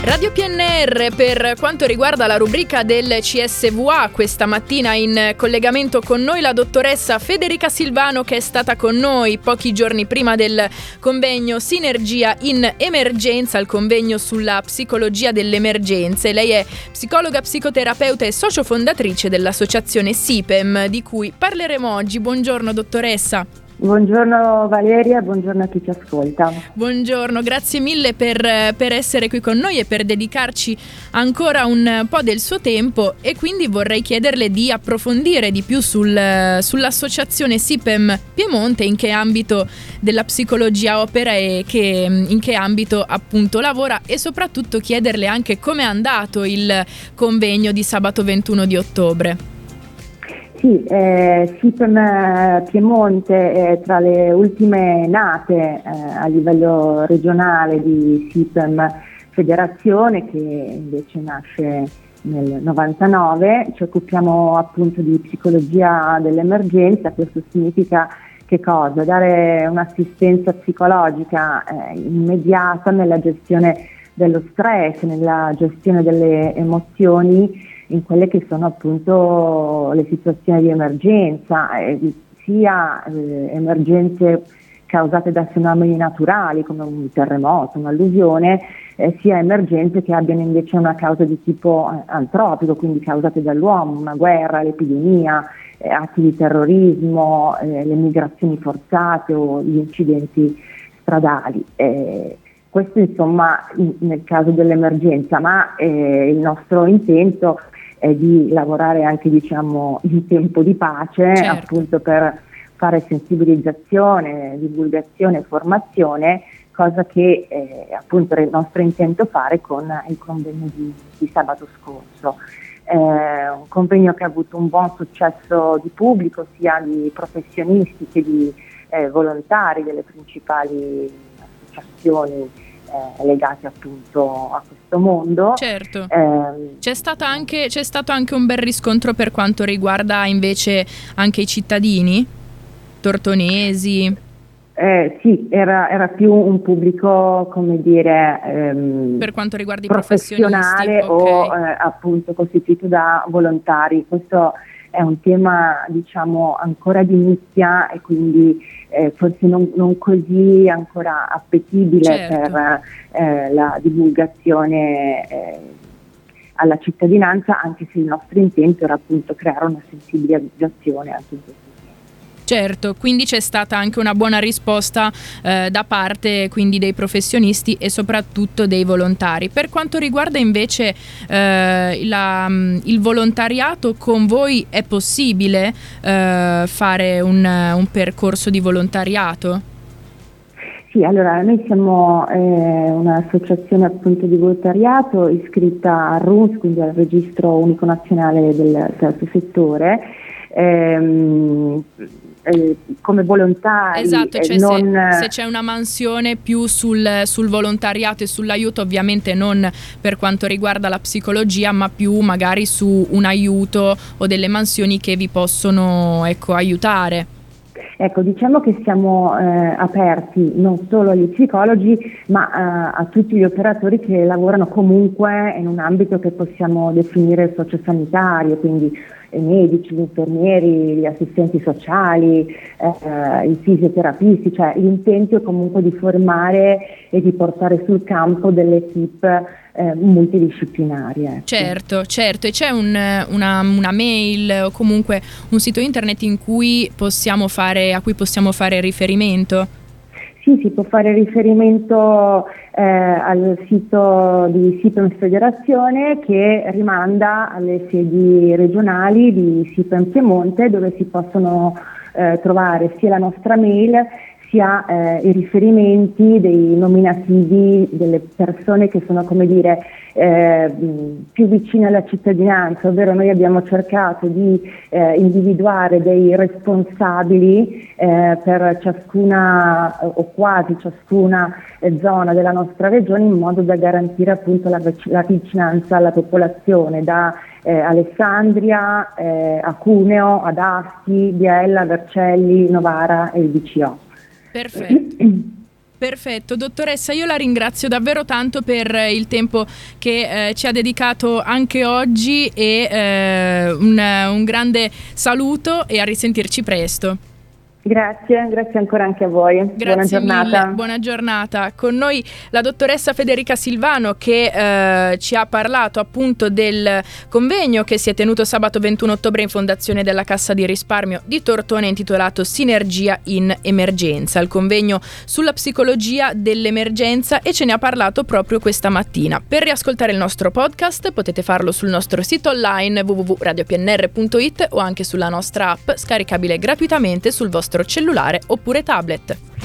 Radio PNR, per quanto riguarda la rubrica del CSVA, questa mattina in collegamento con noi la dottoressa Federica Silvano, che è stata con noi pochi giorni prima del convegno Sinergia in Emergenza, il convegno sulla psicologia delle emergenze. Lei è psicologa, psicoterapeuta e sociofondatrice dell'associazione SIPEM, di cui parleremo oggi. Buongiorno dottoressa. Buongiorno Valeria, buongiorno a chi ci ascolta. Buongiorno, grazie mille per essere qui con noi e per dedicarci ancora un po' del suo tempo, e quindi vorrei chiederle di approfondire di più sull'associazione SIPEM Piemonte, in che ambito della psicologia opera e in che ambito appunto lavora, e soprattutto chiederle anche come è andato il convegno di sabato 21 di ottobre. Sì, SIPEM Piemonte è tra le ultime nate a livello regionale di SIPEM Federazione, che invece nasce nel 99. Ci occupiamo appunto di psicologia dell'emergenza. Questo significa che cosa? Dare un'assistenza psicologica immediata nella gestione dello stress, nella gestione delle emozioni, in quelle che sono appunto le situazioni di emergenza, sia emergenze causate da fenomeni naturali come un terremoto, un'alluvione, sia emergenze che abbiano invece una causa di tipo antropico, quindi causate dall'uomo, una guerra, l'epidemia, atti di terrorismo, le migrazioni forzate o gli incidenti stradali. Questo insomma nel caso dell'emergenza, ma il nostro intento è di lavorare anche in tempo di pace, certo, appunto per fare sensibilizzazione, divulgazione e formazione, cosa che appunto è il nostro intento fare con il convegno di sabato scorso. Un convegno che ha avuto un buon successo di pubblico, sia di professionisti che di volontari delle principali associazioni legate appunto a questo mondo. Certo. C'è stato anche un bel riscontro per quanto riguarda invece anche i cittadini tortonesi. Sì, era più un pubblico, come dire, per quanto riguarda i professionale professionisti, o appunto costituito da volontari. Questo è un tema ancora di nicchia e quindi forse non così ancora appetibile, certo, per la divulgazione alla cittadinanza, anche se il nostro intento era appunto creare una sensibilizzazione anche in questo. Certo, quindi c'è stata anche una buona risposta da parte quindi dei professionisti e soprattutto dei volontari. Per quanto riguarda invece il volontariato, con voi è possibile fare un percorso di volontariato? Sì, allora noi siamo un'associazione appunto di volontariato iscritta al RUNS, quindi al Registro Unico Nazionale del Terzo Settore. Come volontari, esatto, cioè se c'è una mansione più sul volontariato e sull'aiuto, ovviamente non per quanto riguarda la psicologia, ma più magari su un aiuto o delle mansioni che vi possono aiutare. Ecco, diciamo che siamo aperti non solo agli psicologi, ma a tutti gli operatori che lavorano comunque in un ambito che possiamo definire sociosanitario, quindi i medici, gli infermieri, gli assistenti sociali, i fisioterapisti, cioè l'intento è comunque di formare e di portare sul campo delle equip multidisciplinarie. Certo, e c'è una mail o comunque un sito internet a cui possiamo fare riferimento? Sì, si può fare riferimento al sito di SIPEM Federazione, che rimanda alle sedi regionali di SIPEM Piemonte, dove si possono trovare sia la nostra mail sia i riferimenti dei nominativi delle persone che sono, come dire, più vicine alla cittadinanza, ovvero noi abbiamo cercato di individuare dei responsabili per ciascuna o quasi ciascuna zona della nostra regione, in modo da garantire appunto la vicinanza alla popolazione, da Alessandria a Cuneo, ad Asti, Biella, Vercelli, Novara e il VCO. Perfetto. Perfetto, dottoressa, io la ringrazio davvero tanto per il tempo che ci ha dedicato anche oggi e un grande saluto e a risentirci presto. Grazie ancora anche a voi. Buona giornata. Mille, buona giornata. Con noi la dottoressa Federica Silvano che ci ha parlato appunto del convegno che si è tenuto sabato 21 ottobre in fondazione della Cassa di Risparmio di Tortona intitolato Sinergia in Emergenza, il convegno sulla psicologia dell'emergenza, e ce ne ha parlato proprio questa mattina. Per riascoltare il nostro podcast potete farlo sul nostro sito online www.radiopnr.it o anche sulla nostra app scaricabile gratuitamente sul vostro cellulare oppure tablet.